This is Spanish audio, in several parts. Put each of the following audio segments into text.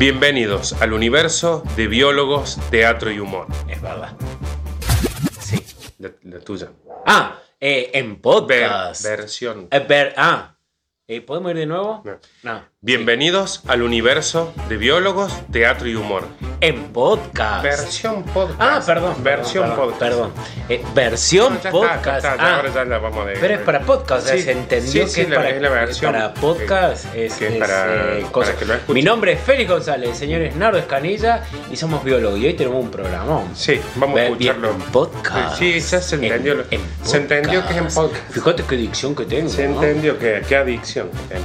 Bienvenidos al universo de biólogos, teatro y humor. Es verdad. Sí. La tuya. En podcast. Versión. ¿Podemos ir de nuevo? No. Bienvenidos al universo de biólogos, teatro y humor. En podcast. Versión podcast. Versión podcast. Perdón. Versión No, ya podcast. está, ahora ya la vamos a ver. Pero es para podcast, Sí, se entendió sí, que es la versión para podcast. que es para que lo escuchen. Mi nombre es Félix González, el señor es Nardo Escanilla y somos biólogos. Y hoy tenemos un programón. Sí, vamos a escucharlo. En podcast. Sí, ya se entendió. Se entendió que es en podcast. Fíjate qué dicción que tengo. Se ¿no? entendió que qué adicción tiene.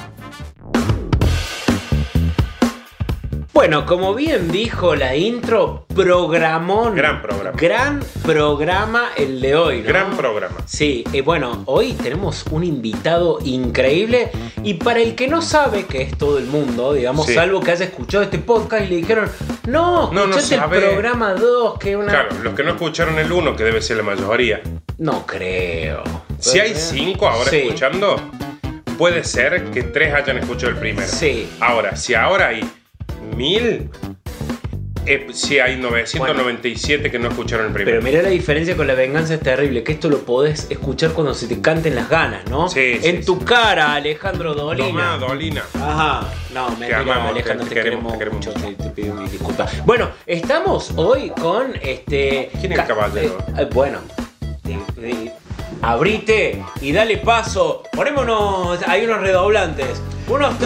Bueno, como bien dijo la intro, programón. Gran programa. Gran programa el de hoy, ¿no? Gran programa. Sí, bueno, hoy tenemos un invitado increíble y para el que no sabe, que es todo el mundo, digamos, Sí. salvo que haya escuchado este podcast y le dijeron, no escuchaste el sabe. programa 2, que una... Claro, los que no escucharon el 1, que debe ser la mayoría. No creo. Si hay 5 ahora Sí. escuchando, puede ser que 3 hayan escuchado el primero. Sí. Ahora, si ahora hay 1000, si hay 997 que no escucharon el primero. Pero mirá la diferencia con La Venganza es Terrible, que esto lo podés escuchar cuando se te canten las ganas, ¿no? Sí, en sí, tu sí. cara, Alejandro Dolina. Tomá, Dolina. Ajá, no, mentira, amamos, Alejandro, te te queremos queremos mucho, mucho. te pido mis disculpas. Bueno, estamos hoy con ¿Quién es el caballero? Bueno, abrite y dale paso. Ponémonos, hay unos redoblantes. Unos...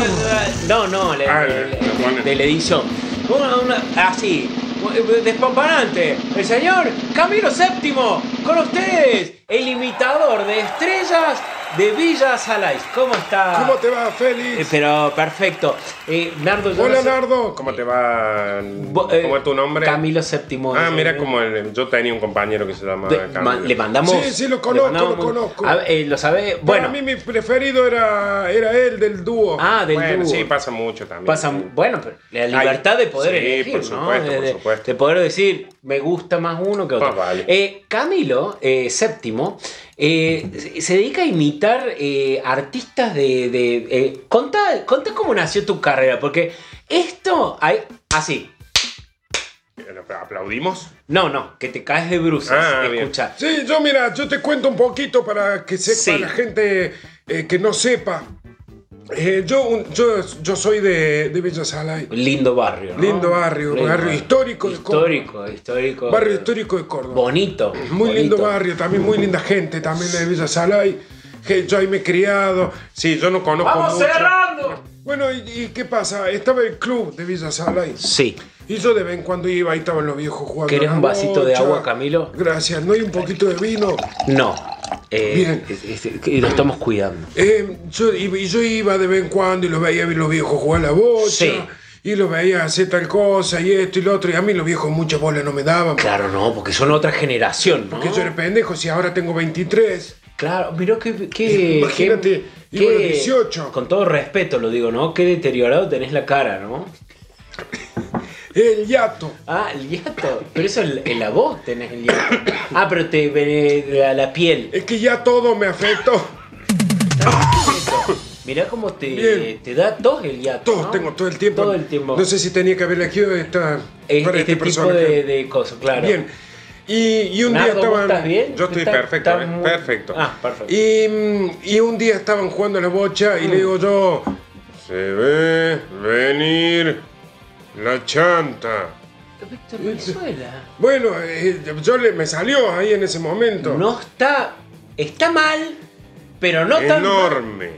de la edición. Así, despampanante. El señor Camilo VII, con ustedes, el imitador de estrellas de Villa Salais. ¿Cómo está? ¿Cómo te va, Félix? Pero perfecto. Nardo, yo Hola, no sé- Nardo. ¿Cómo te va? ¿Cómo es tu nombre? Camilo VII. Mira como yo tenía un compañero que se llama Camilo. Le mandamos. Sí, lo le conozco, mandamos lo conozco. ¿Lo sabe? Para Bueno. mí mi preferido era él, del dúo. Del Bueno, dúo. sí, pasa mucho también. Bueno, pero la libertad de poder sí, elegir, por supuesto, ¿no? por supuesto. De poder decir, me gusta más uno que otro. Vale. Camilo VII se dedica a imitar artistas contá cómo nació tu carrera, porque esto hay así. ¿Aplaudimos? No, que te caes de bruces. Bien. Escucha. Sí, yo te cuento un poquito para que sepa Sí. la gente que no sepa. Yo soy de Villa Salai. Lindo barrio, ¿no? Lindo barrio, barrio histórico de Córdoba. Histórico. Barrio histórico de Córdoba. Bonito. Muy lindo bonito. barrio, también muy linda gente, también de Villa Salai. Yo ahí me he criado. Sí, yo no conozco ¡Vamos mucho. cerrando! Bueno, ¿y qué pasa? Estaba el club de Villa Salai. Sí. Y yo de vez en cuando iba, ahí estaban los viejos jugando. ¿Querés a la un vasito de bocha. agua, Camilo? Gracias. ¿No hay un poquito de vino? No. Bien. Lo estamos cuidando. Yo iba de vez en cuando y los veía los viejos jugar a la bocha. Sí. Y los veía hacer tal cosa y esto y lo otro. Y a mí los viejos muchas bolas no me daban. Claro, no, porque son otra generación, ¿no? Porque yo era pendejo, si ahora tengo 23. Claro, mirá Imagínate, iba a los 18. Con todo respeto lo digo, ¿no? Qué deteriorado tenés la cara, ¿no? El yato. El hiato. Pero eso en la voz tenés el hiato. Pero la piel. Es que ya todo me afectó. Mirá cómo Bien. te da tos el hiato, Todo, ¿no? tengo todo el tiempo. Todo el tiempo. No sé si tenía que haber elegido para este tipo personaje. de cosas, claro. Bien. Y un Nardo, día ¿vos estaban. estás bien? Yo estoy perfecto, perfecto. Perfecto. Y un día estaban jugando a la bocha y le digo yo. Se ve venir la chanta. Víctor Venezuela. Bueno, me salió ahí en ese momento. No está mal, pero no tan mal. Enorme,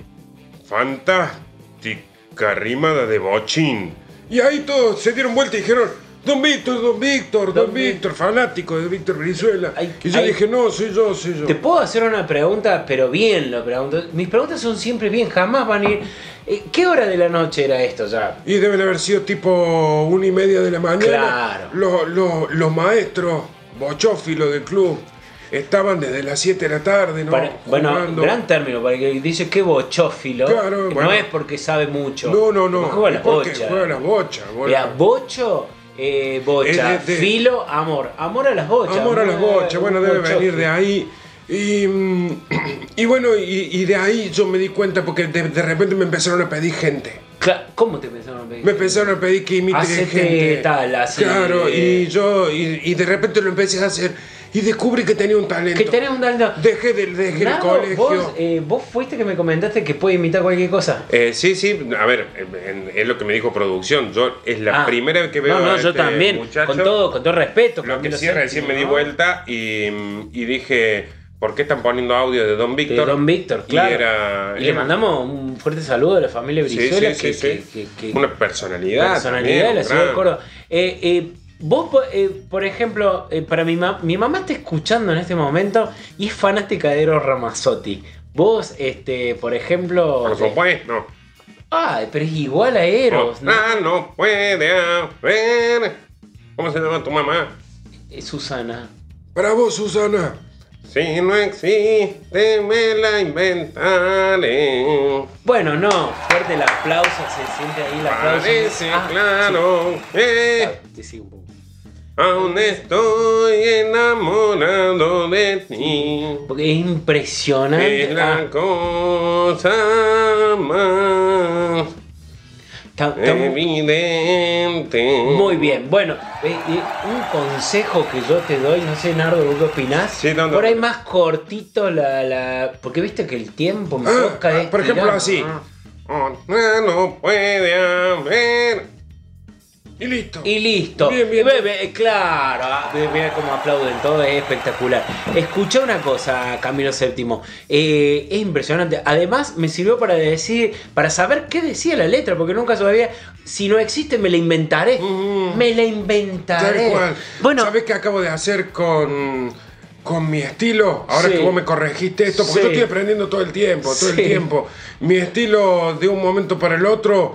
fantástica rimada de bochín. Y ahí todos se dieron vuelta y dijeron, Don Víctor, fanático de Víctor Venezuela. Y yo dije, no, soy yo. Te puedo hacer una pregunta, pero bien lo pregunto. Mis preguntas son siempre bien, jamás van a ir. ¿Qué hora de la noche era esto ya? Y deben haber sido tipo 1:30 de la mañana. Claro. Los maestros bochófilos del club estaban desde las 7 de la tarde, ¿no? Bueno, Jugando. gran término, para que dice que bochófilo. Claro, que bueno. no es porque sabe mucho. No. Porque juega a la Porque bocha. juega a la bocha. Bueno. Mira, bocho, bocha, Es de- filo, amor. Amor a las bochas. Amor a las bochas, bueno, debe Bochófilo. venir de ahí. Y bueno, y de ahí yo me di cuenta porque de repente me empezaron a pedir gente. ¿Cómo te empezaron a pedir? Me empezaron a pedir que imite gente. Tal, así. Claro, y de repente lo empecé a hacer y descubrí que tenía un talento. Que tenés un talento. Dejé el colegio. Vos fuiste que me comentaste que puede imitar cualquier cosa. Sí, a ver, es lo que me dijo producción. Es la primera vez que veo a yo este también, muchacho. con todo respeto. Lo que sí, recién me di vuelta y dije, ¿por qué están poniendo audio de Don Víctor? De Don Víctor, claro. Y le mandamos un fuerte saludo a la familia Brizuela. Sí. Una personalidad. De la ciudad de Córdoba. Vos, por ejemplo, para mi mamá está escuchando en este momento y es fanática de Eros Ramazzotti. Vos, por ejemplo... Por supuesto. Pero es igual a Eros, ¿no? No puede haber. ¿Cómo se llama tu mamá? Susana. Para vos, Susana. Si no existe, me la inventaré. Bueno, no. Fuerte el aplauso, se siente ahí el aplauso. Parece claro. Sí. Sí, un poco. Aún estoy enamorado de ti. Porque es impresionante. Es la cosa más evidente. Muy bien. Bueno, un consejo que yo te doy, no sé, Nardo, ¿vos qué opinás? Sí, no. Por ahí más cortito porque viste que el tiempo me toca. Por ejemplo, así. No puede haber. Y listo. Bien. Claro, mira cómo aplauden todo, es espectacular. Escuché una cosa, Camilo VII, es impresionante. Además, me sirvió para saber qué decía la letra, porque nunca sabía. Si no existe, me la inventaré. Me la inventaré. Tal cual. Bueno, ¿sabés qué acabo de hacer con mi estilo? Ahora que vos me corregiste esto, porque yo estoy aprendiendo todo el tiempo. Mi estilo de un momento para el otro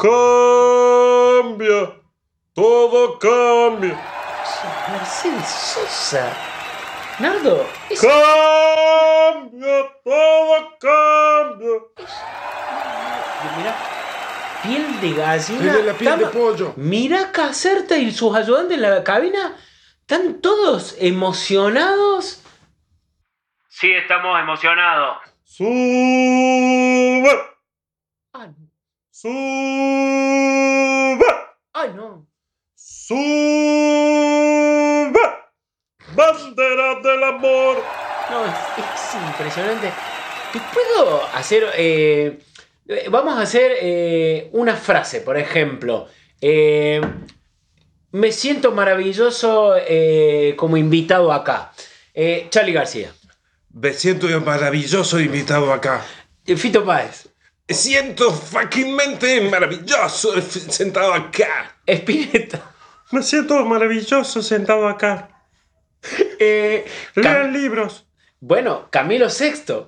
cambia. Todo cambia. Mercedes Sosa. Nardo. Cambia, todo cambia. Mirá, piel de gallina. De la piel de pollo. Mirá Caserta y sus ayudantes en la cabina. Están todos emocionados. Sí, estamos emocionados. Sube. Sube. Ay, no. Sube. Bandera del amor. No, es impresionante. ¿Te puedo hacer... vamos a hacer una frase, por ejemplo. Me siento maravilloso como invitado acá. Charly García. Me siento maravilloso invitado acá. Fito Páez. Siento fuckingmente maravilloso sentado acá. Spinetta. Me siento maravilloso sentado acá. Lean libros. Bueno, Camilo VI.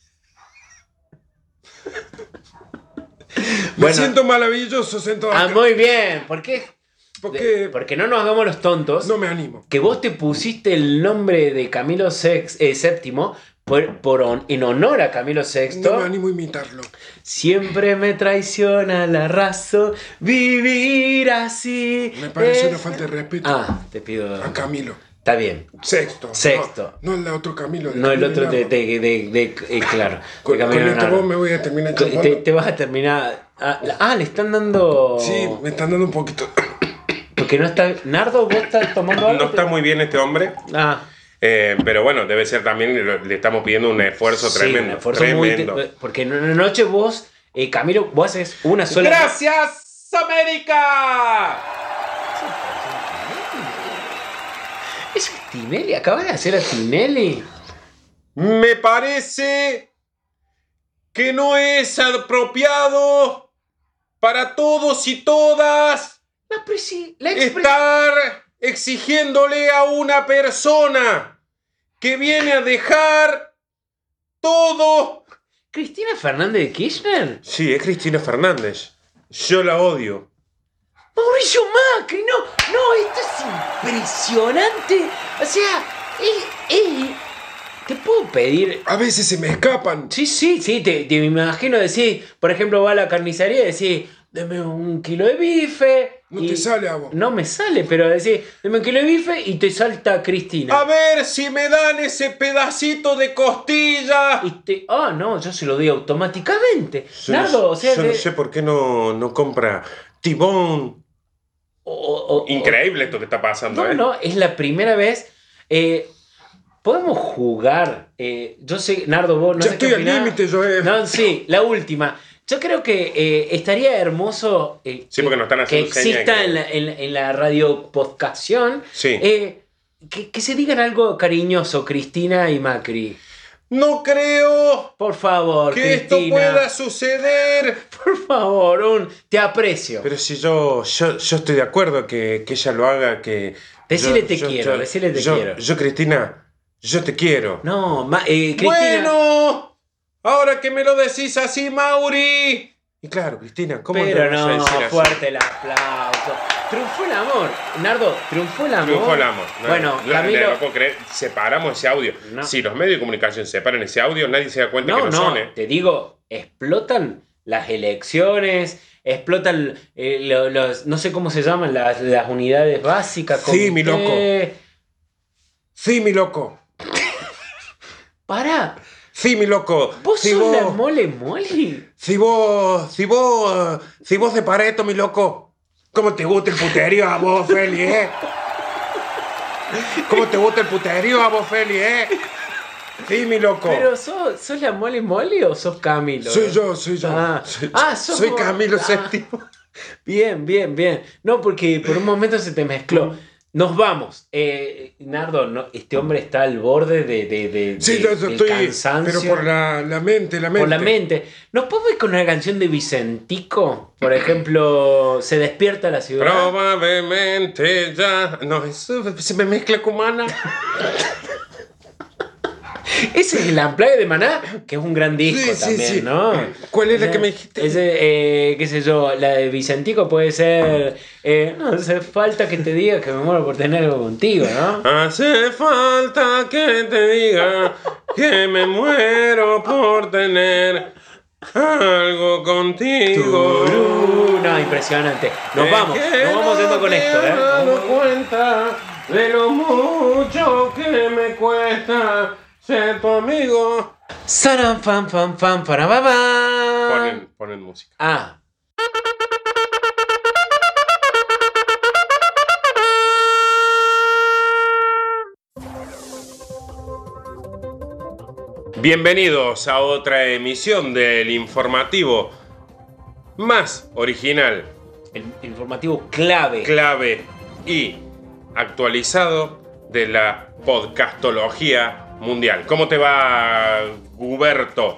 Me siento maravilloso sentado acá. Muy bien. ¿Por qué? Porque no nos hagamos los tontos. No me animo. Que vos te pusiste el nombre de Camilo VII en honor a Camilo VI. No me animo a imitarlo. Siempre me traiciona la razón vivir así. Me parece una falta de respeto. Te pido. A Camilo. Está bien. Sexto. No el otro Camilo. No el otro claro. Con esto vos me voy a terminar chupando. Te vas a terminar. Le están dando. Sí, me están dando un poquito. Porque no está. Nardo, vos estás tomando algo. No está muy bien este hombre. Pero bueno, debe ser también, le estamos pidiendo un esfuerzo tremendo. Un esfuerzo tremendo. Porque en una noche vos, Camilo, vos haces una sola. ¡Gracias, América! ¿Es Tinelli? ¿Acabas de hacer a Tinelli? Me parece que no es apropiado para todos y todas estar exigiéndole a una persona que viene a dejar todo. ¿Cristina Fernández de Kirchner? Sí, es Cristina Fernández. Yo la odio. Mauricio Macri, no, esto es impresionante. O sea, ¿te puedo pedir? A veces se me escapan. Sí, te imagino decir, por ejemplo, va a la carnicería y decir, deme un kilo de bife. No te sale a vos. No me sale, pero decís, deme un kilo de bife y te salta Cristina. A ver si me dan ese pedacito de costilla. No, yo se lo doy automáticamente. Nardo, o sea... Yo no sé por qué no compra tibón. Increíble esto que está pasando, No, es la primera vez. Podemos jugar. Yo sé, Nardo, vos no ya sé estoy qué al opinás. límite, Joel. No, sí, la última. Yo creo que estaría hermoso Sí, porque nos están que haciendo señas exista que- en la radio podcastación Sí. que se digan algo cariñoso, Cristina y Macri. No creo Por favor, que Cristina. esto pueda suceder. Por favor, te aprecio. Pero si yo estoy de acuerdo que ella lo haga, que... Decile te quiero, decile te quiero. Yo, Cristina, yo te quiero. No, Cristina. Bueno, ahora que me lo decís así, Mauri. Y claro, Cristina, ¿cómo Pero le vas a no, decir así? fuerte el aplauso. Triunfó el amor. Nardo, triunfó el amor. Triunfó el amor. Bueno, no, Camilo... no puedo creer. Separamos ese audio. No. Si los medios de comunicación separan ese audio, nadie se da cuenta que no son, ¿eh? Te digo, explotan las elecciones, explotan los no sé cómo se llaman, las unidades básicas. Sí, mi loco. comité. Sí, mi loco. Pará, Sí, mi loco. ¿vos Si sos la vos- mole? Si vos separás esto, mi loco, ¿cómo te gusta el puterío a vos, Feli, ¿Cómo te gusta el puterío a vos, Feli, Sí, mi loco. ¿Pero sos la mole o sos Camilo? Soy yo. Sos Soy vos. Camilo Ah. VII. Bien. No, porque por un momento se te mezcló. Nos vamos. Nardo, no, este hombre está al borde Sí, del yo estoy. cansancio. Pero por la mente. Por la mente. ¿Nos podemos ir con una canción de Vicentico? Por ejemplo, Se despierta la ciudad. Probablemente ya. No, eso se me mezcla con Mana. Ese es el Unplugged de Maná, que es un gran disco Sí, también, sí. ¿no? ¿Cuál es la que me dijiste? Ese, qué sé yo, la de Vicentico puede ser... no hace falta que te diga que me muero por tener algo contigo, ¿no? Hace falta que te diga que me muero por tener algo contigo. No, impresionante. Nos vamos yendo con esto, Me he dado ¿eh? cuenta de lo mucho que me cuesta ser tu amigo. Saram, fan, para, Ponen música. Ah. Bienvenidos a otra emisión del informativo más original, El informativo clave. clave y actualizado de la podcastología mundial. ¿Cómo te va, Guberto?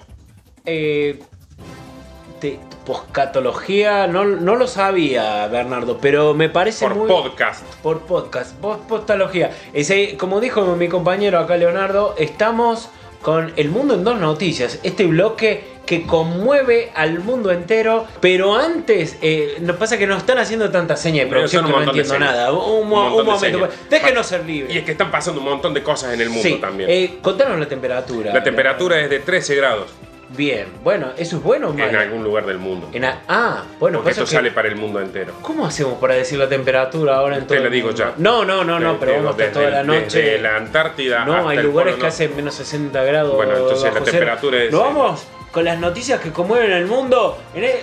Poscatología, no lo sabía, Bernardo, pero me parece Por muy... podcast. Por podcast, postología. Como dijo mi compañero acá, Leonardo, estamos con El Mundo en Dos Noticias, este bloque que conmueve al mundo entero, pero antes, nos pasa que nos están haciendo tanta seña de producción Son que un no montón de entiendo señas. nada. Un montón de momento, señas. déjenos ser libres. Y es que están pasando un montón de cosas en el mundo Sí, también. contanos la temperatura. La temperatura es de 13 grados Bien, bueno, ¿eso es bueno o malo? en algún lugar del mundo. Bueno, Porque pasa esto que- sale para el mundo entero. ¿Cómo hacemos para decir la temperatura ahora en Te todo lo el digo mundo? ya. No, pero vamos a estar toda la noche. Desde la Antártida No, hasta hay el lugares Polo que Norte. hacen menos 60 grados. Bueno, entonces la bajo cero. temperatura es- Nos vamos con las noticias que conmueven el mundo.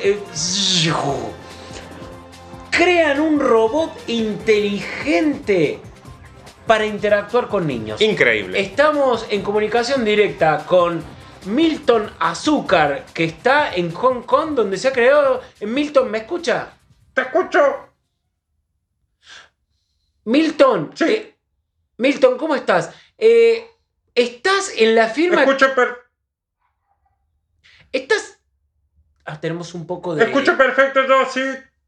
Crean un robot inteligente para interactuar con niños. Increíble. Estamos en comunicación directa con Milton Azúcar, que está en Hong Kong, donde se ha creado... Milton, ¿me escucha? ¡Te escucho! Milton, Sí. Milton, ¿cómo estás? Estás en la firma... Estás... tenemos un poco de... perfecto, yo sí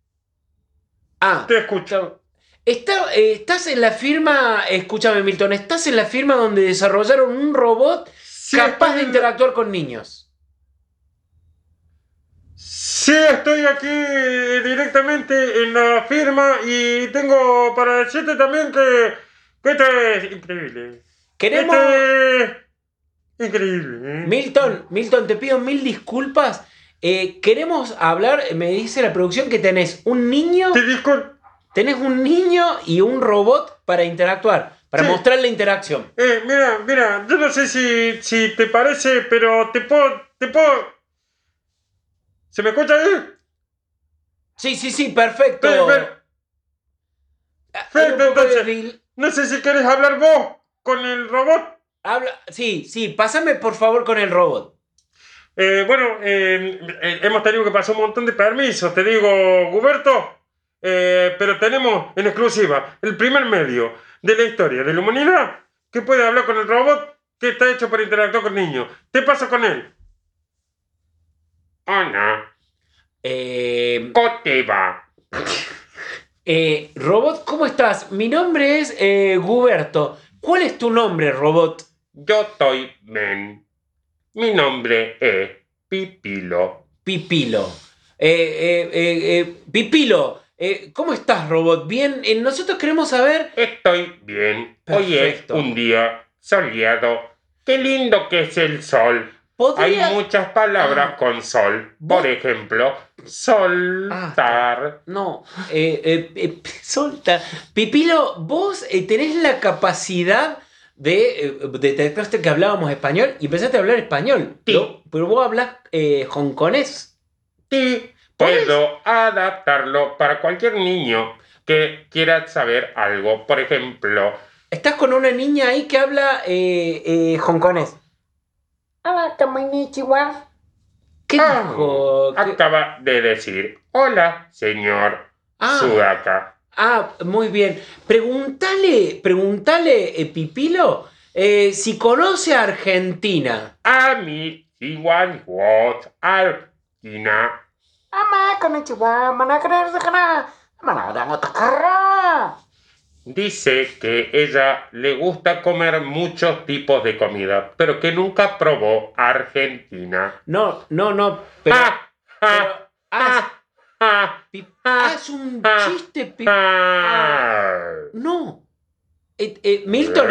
te escucho. estás en la firma... Escúchame, Milton, estás en la firma donde desarrollaron un robot capaz de interactuar con niños. Sí, estoy aquí directamente en la firma y tengo para decirte también que esto es increíble. Queremos... Increíble. Milton, te pido 1000 disculpas. Queremos hablar, me dice la producción que tenés un niño. Tenés un niño y un robot para interactuar, para mostrar la interacción. Mira, yo no sé si te parece, pero te puedo... ¿Se me escucha ahí? Sí, perfecto. Perfecto, entonces, no sé si querés hablar vos con el robot. Sí, pásame por favor con el robot. Hemos tenido que pasar un montón de permisos, te digo, Guberto. Pero tenemos en exclusiva el primer medio de la historia de la humanidad que puede hablar con el robot que está hecho para interactuar con niños. Te paso con él. Hola. ¿Cómo te va? Robot, ¿cómo estás? Mi nombre es Guberto. ¿Cuál es tu nombre, robot? Yo estoy Ben. Mi nombre es Pipilo. Pipilo. ¿Cómo estás, robot? Bien, nosotros queremos saber... Estoy bien. Perfecto. Hoy es un día soleado. Qué lindo que es el sol. ¿Podrías? Hay muchas palabras con sol. Por ejemplo, soltar. No, soltar. Pipilo, vos tenés la capacidad de detectaste que hablábamos español y empezaste a hablar español. Sí. Pero vos hablas hongkonés. Sí. Puedo adaptarlo para cualquier niño que quiera saber algo. Por ejemplo... Estás con una niña ahí que habla hongkonés. Hola, konnichiwa. ¿Qué dijo? Acaba de decir, hola, señor Sudaka. Muy bien. Pregúntale, Pipilo, si conoce a Argentina. A mí, igual, what, Argentina. Ama, konnichiwa, Dice que ella le gusta comer muchos tipos de comida, pero que nunca probó Argentina. No, pero... haz un chiste, Pipilo. No. Milton.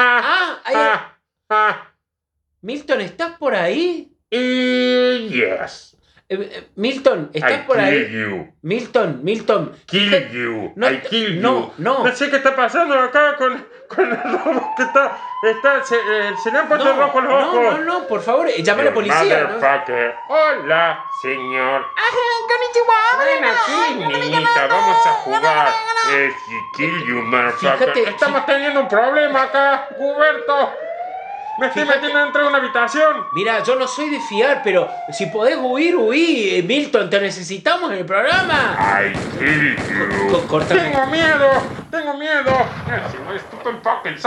Milton, ¿estás por ahí? Yes. Milton, ¿estás por ahí? Kill you. Milton. Kill you. No, I kill you. no. No sé qué está pasando acá con el robot que se le han puesto rojos los ojos. No, por favor, llama a la policía. Motherfucker. Hola, señor. Konnichiwa. Ven aquí, niñita, vamos a jugar. Kill you, motherfucker. Fíjate, Estamos teniendo un problema acá, Guberto. Me estoy metiendo dentro de una habitación. Mira, yo no soy de fiar, pero si podés huir. Milton, te necesitamos en el programa. I kill you. Córtame. Tengo miedo. Si no es tu empaque,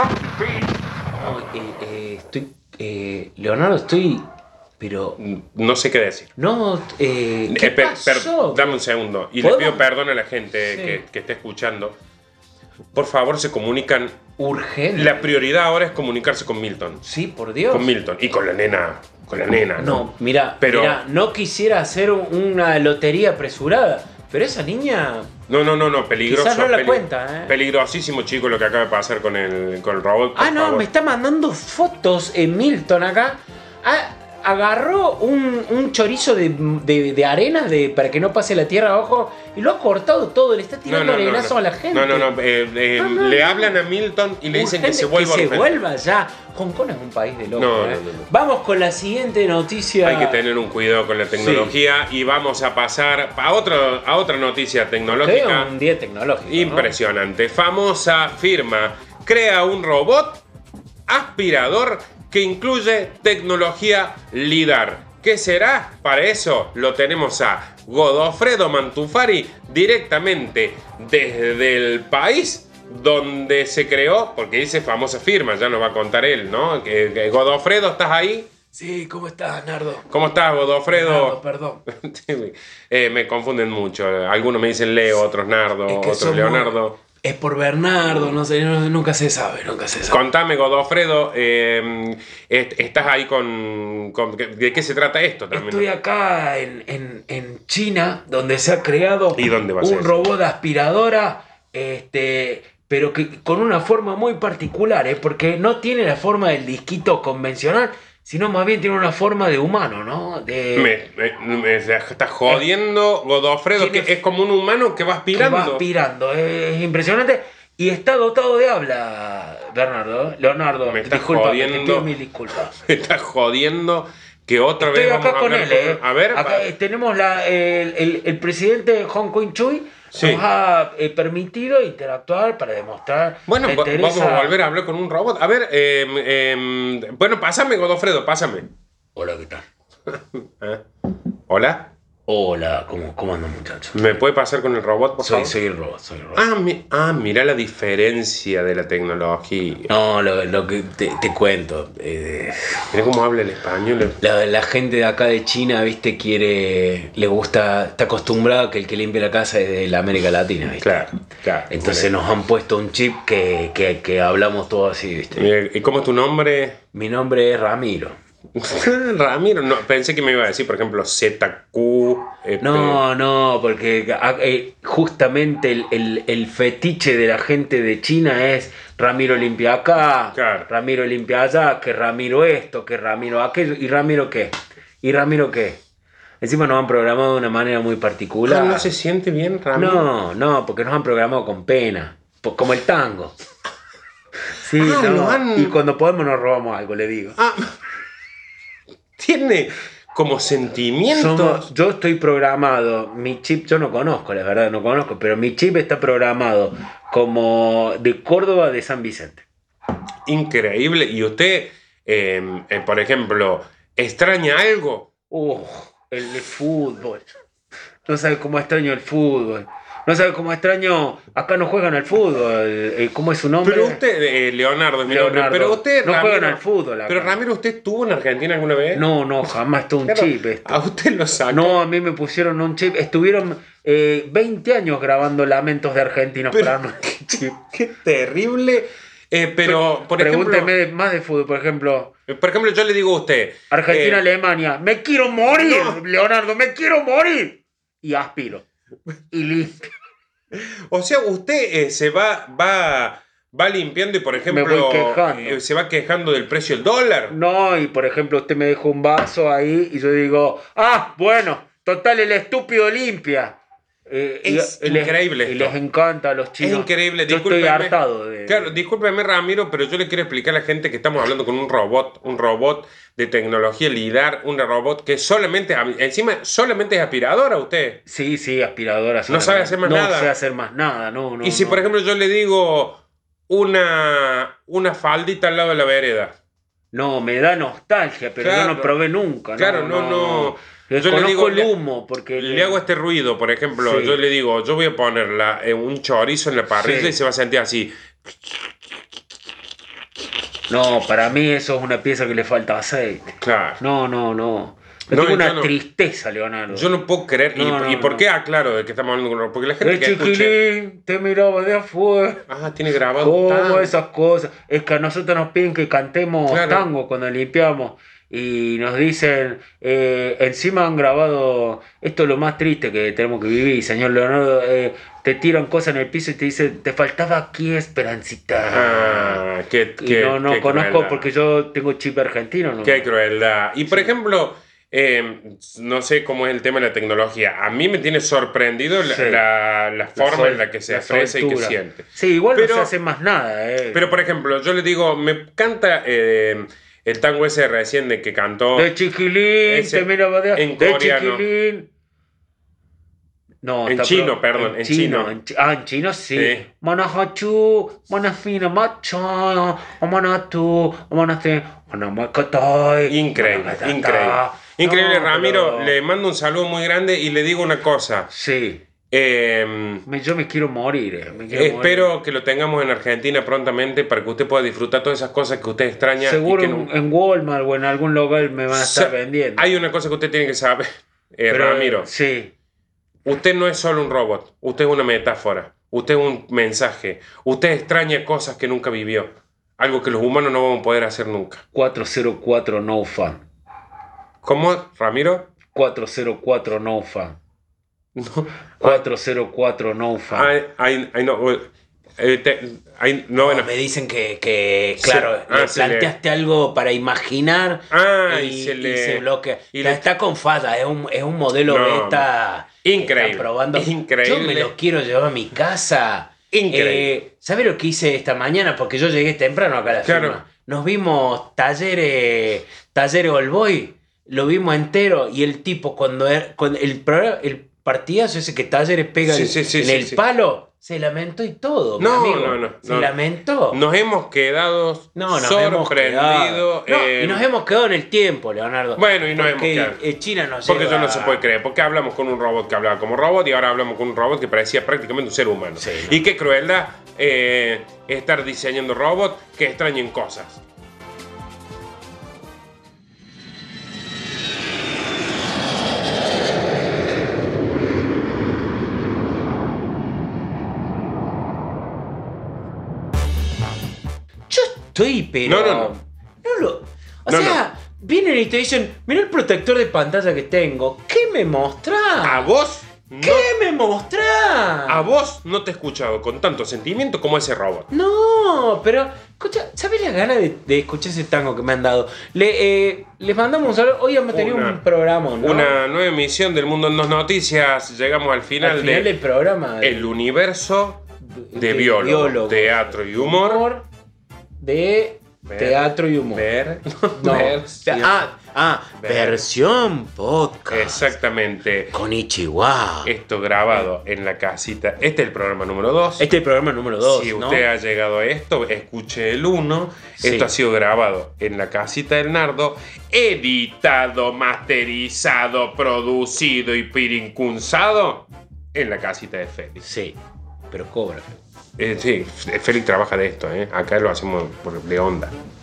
Leonardo, pero... No sé qué decir. No, ¿qué pasó? Dame un segundo. Y ¿Podemos? le pido perdón a la gente que esté escuchando. Por favor, se comunican. Urgente. La prioridad ahora es comunicarse con Milton. Sí, por Dios. Con Milton. Y con la nena. No, mira, no quisiera hacer una lotería apresurada, pero esa niña... No, peligroso. Quizás no la cuenta, Peligrosísimo, chico, lo que acaba de pasar con el robot. Por no, favor. me está mandando fotos Milton acá. Agarró un chorizo de arena para que no pase la tierra abajo y lo ha cortado todo, le está tirando arenazo a la gente. Le hablan a Milton y le dicen que se vuelva. Que se vuelva ya. Hong Kong es un país de locos. No. Vamos con la siguiente noticia. Hay que tener un cuidado con la tecnología y vamos a pasar a otra noticia tecnológica. Un día tecnológico. Impresionante. ¿No? Famosa firma crea un robot aspirador que incluye tecnología LIDAR. ¿Qué será? Para eso lo tenemos a Godofredo Mantufari directamente desde el país donde se creó, porque dice famosa firma, ya nos va a contar él, ¿no? Que Godofredo, ¿estás ahí? Sí, ¿cómo estás, Nardo? ¿Cómo estás, Godofredo? Nardo, perdón. Me confunden mucho. Algunos me dicen Leo, otros Nardo, otros Leonardo. Es por Bernardo, no sé, nunca se sabe. Contame, Godofredo, ¿estás ahí ¿de qué se trata esto también? Estoy acá en China, donde se ha creado ¿Y dónde va a ser un robot de aspiradora, pero que con una forma muy particular, porque no tiene la forma del disquito convencional, sino más bien tiene una forma de humano, ¿no? Me está jodiendo Godofredo, que es como un humano que va aspirando. Que va aspirando, es impresionante. Y está dotado de habla, Bernardo. Leonardo, Me está disculpa, jodiendo. te pido mil disculpas. Me está jodiendo que otra Estoy vez acá vamos a con hablar él, A ver, acá tenemos el presidente Hong Kong Chui. Sí. Nos ha permitido interactuar para demostrar. bueno, la interesa. vamos a volver a hablar con un robot. A ver, bueno, pásame, Godofredo, pásame. Hola, ¿qué tal? ¿Hola? Hola, ¿cómo andan, muchachos? ¿Me puede pasar con el robot, por favor? Soy el robot, soy el robot. Mira la diferencia de la tecnología. No, lo que te cuento. Mira cómo habla el español. La gente de acá de China, viste, le gusta, está acostumbrada a que el que limpie la casa es de la América Latina, viste. Claro. Entonces nos han puesto un chip que hablamos todo así, viste. ¿Y cómo es tu nombre? Mi nombre es Ramiro. Ramiro, no, pensé que me iba a decir, por ejemplo, ZQ. No, porque justamente el fetiche de la gente de China es Ramiro limpia acá, Claro. Ramiro limpia allá, que Ramiro esto, que Ramiro aquello, ¿y Ramiro qué? ¿Y Ramiro qué? Encima nos han programado de una manera muy particular. ¿No se siente bien, Ramiro? No, porque nos han programado con pena, como el tango. Sí, y cuando podemos nos robamos algo, le digo. Tiene como sentimientos. Yo estoy programado, mi chip, yo no conozco, la verdad no conozco, pero mi chip está programado como de Córdoba de San Vicente. Increíble. ¿Y usted, por ejemplo, extraña algo? El fútbol. No sabe cómo extraño el fútbol. No sabe cómo extraño. Acá no juegan al fútbol. ¿Cómo es su nombre? Pero usted, Leonardo es mi nombre. Pero usted, no Ramiro, juegan al fútbol acá. Pero Ramiro, ¿usted estuvo en Argentina alguna vez? No, jamás tuvo un chip. ¿A usted lo sacó? No, a mí me pusieron un chip. Estuvieron 20 años grabando Lamentos de Argentinos para no. Qué terrible. Pero, por Pregúnteme ejemplo, más de fútbol, por ejemplo. yo le digo a usted. Argentina-Alemania. ¡Me quiero morir, Leonardo! ¡Me quiero morir! Y aspiro. Y limpio. O sea, usted se va limpiando y, por ejemplo, Me voy quejando. Se va quejando del precio del dólar. No, y por ejemplo, usted me deja un vaso ahí y yo digo, bueno, total, el estúpido limpia. Es increíble y esto. les encanta a los chinos. Es increíble. Yo estoy hartado de... Claro, discúlpeme, Ramiro, pero yo le quiero explicar a la gente que estamos hablando con un robot de tecnología LIDAR, un robot que solamente es aspiradora, usted. Sí, aspiradora. No sabe hacer más nada. No sé hacer más nada, no. Y si, por ejemplo, yo le digo una faldita al lado de la vereda. No, me da nostalgia, pero Claro. yo no probé nunca. Claro, no. Yo le digo el humo, porque... Le hago este ruido, por ejemplo, Sí. yo le digo, yo voy a poner un chorizo en la parrilla Sí. y se va a sentir así. No, para mí eso es una pieza que le falta aceite. Claro. No. No, Tengo yo una no. tristeza, Leonardo. Yo no puedo creer. ¿Y por qué aclaro de que estamos hablando con robot? Porque la gente que escucha... Chiquilín, te miraba de afuera. Tiene grabado ¿Cómo tanto. esas cosas? Es que a nosotros nos piden que cantemos Claro. tango cuando limpiamos. Y nos dicen, encima han grabado, esto es lo más triste que tenemos que vivir, señor Leonardo, te tiran cosas en el piso y te dicen, te faltaba aquí Esperancita. Qué No conozco crueldad. porque yo tengo chip argentino. ¿No? Qué crueldad. Y por ejemplo, no sé cómo es el tema de la tecnología. A mí me tiene sorprendido Sí. la forma en la que se expresa y que soltura. siente. Sí, igual Pero- no se hace más nada. Pero por ejemplo, yo le digo, me canta el tango ese recién de que cantó De chiquilín, Ese- te miraba de en de coreano. chiquilín. No, En está chino, perdón, en chino. En chino sí. Sí. Manahachu, manafina macha, manatu, manate, manamakatai. Increíble, Ramiro. Le mando un saludo muy grande y le digo una cosa. Sí. Eh, Yo me quiero morir. espero que lo tengamos en Argentina prontamente para que usted pueda disfrutar todas esas cosas que usted extraña. Seguro y que no- en Walmart o en algún local me van a estar vendiendo. Hay una cosa que usted tiene que saber, Pero, Ramiro. Sí. Usted no es solo un robot, usted es una metáfora, usted es un mensaje, usted extraña cosas que nunca vivió, algo que los humanos no vamos a poder hacer nunca. 404 no fan. ¿Cómo, Ramiro? 404 no fan. No. 404 no fan. Ay, no. No, me dicen que claro, le planteaste algo para imaginar y se bloquea. Está con falla, es un modelo beta. Increíble. Probando. Increíble. Yo me lo quiero llevar a mi casa. Increíble. ¿Sabes lo que hice esta mañana? Porque yo llegué temprano acá a la firma. Nos vimos Talleres All Boy. Lo vimos entero. Y el tipo, cuando el partidazo ese que Talleres pega en el palo, se lamentó y todo. No. Se lamentó. Nos hemos quedado sorprendidos. Y nos hemos quedado en el tiempo, Leonardo. Bueno, y nos hemos quedado. China nos Porque lleva... eso no se puede creer. Porque hablamos con un robot que hablaba como robot y ahora hablamos con un robot que parecía prácticamente un ser humano. Sí, ¿no? Y qué crueldad estar diseñando robots que extrañen cosas. Estoy, pero... O sea, vienen y te dicen, mira el protector de pantalla que tengo. ¿Qué me mostrás? ¿A vos? ¿Qué me mostrás? A vos no te he escuchado con tanto sentimiento como ese robot. No, pero... Escucha, ¿sabes la gana de escuchar ese tango que me han dado? Les mandamos un saludo. Hoy hemos tenido un programa, ¿no? Una nueva emisión del Mundo en Dos Noticias. Llegamos al final del programa. El universo de biólogo, teatro y humor. Teatro y humor. Versión podcast. Exactamente. Con Ichiwa. Esto grabado en la casita. Este es el programa número 2. Este es el programa número 2. Si usted ha llegado a esto, escuche el 1. Sí. Esto ha sido grabado en la casita del Nardo. Editado, masterizado, producido y pirincunzado en la casita de Félix. Sí, pero cobra. Sí, Félix trabaja de esto, Acá lo hacemos de onda.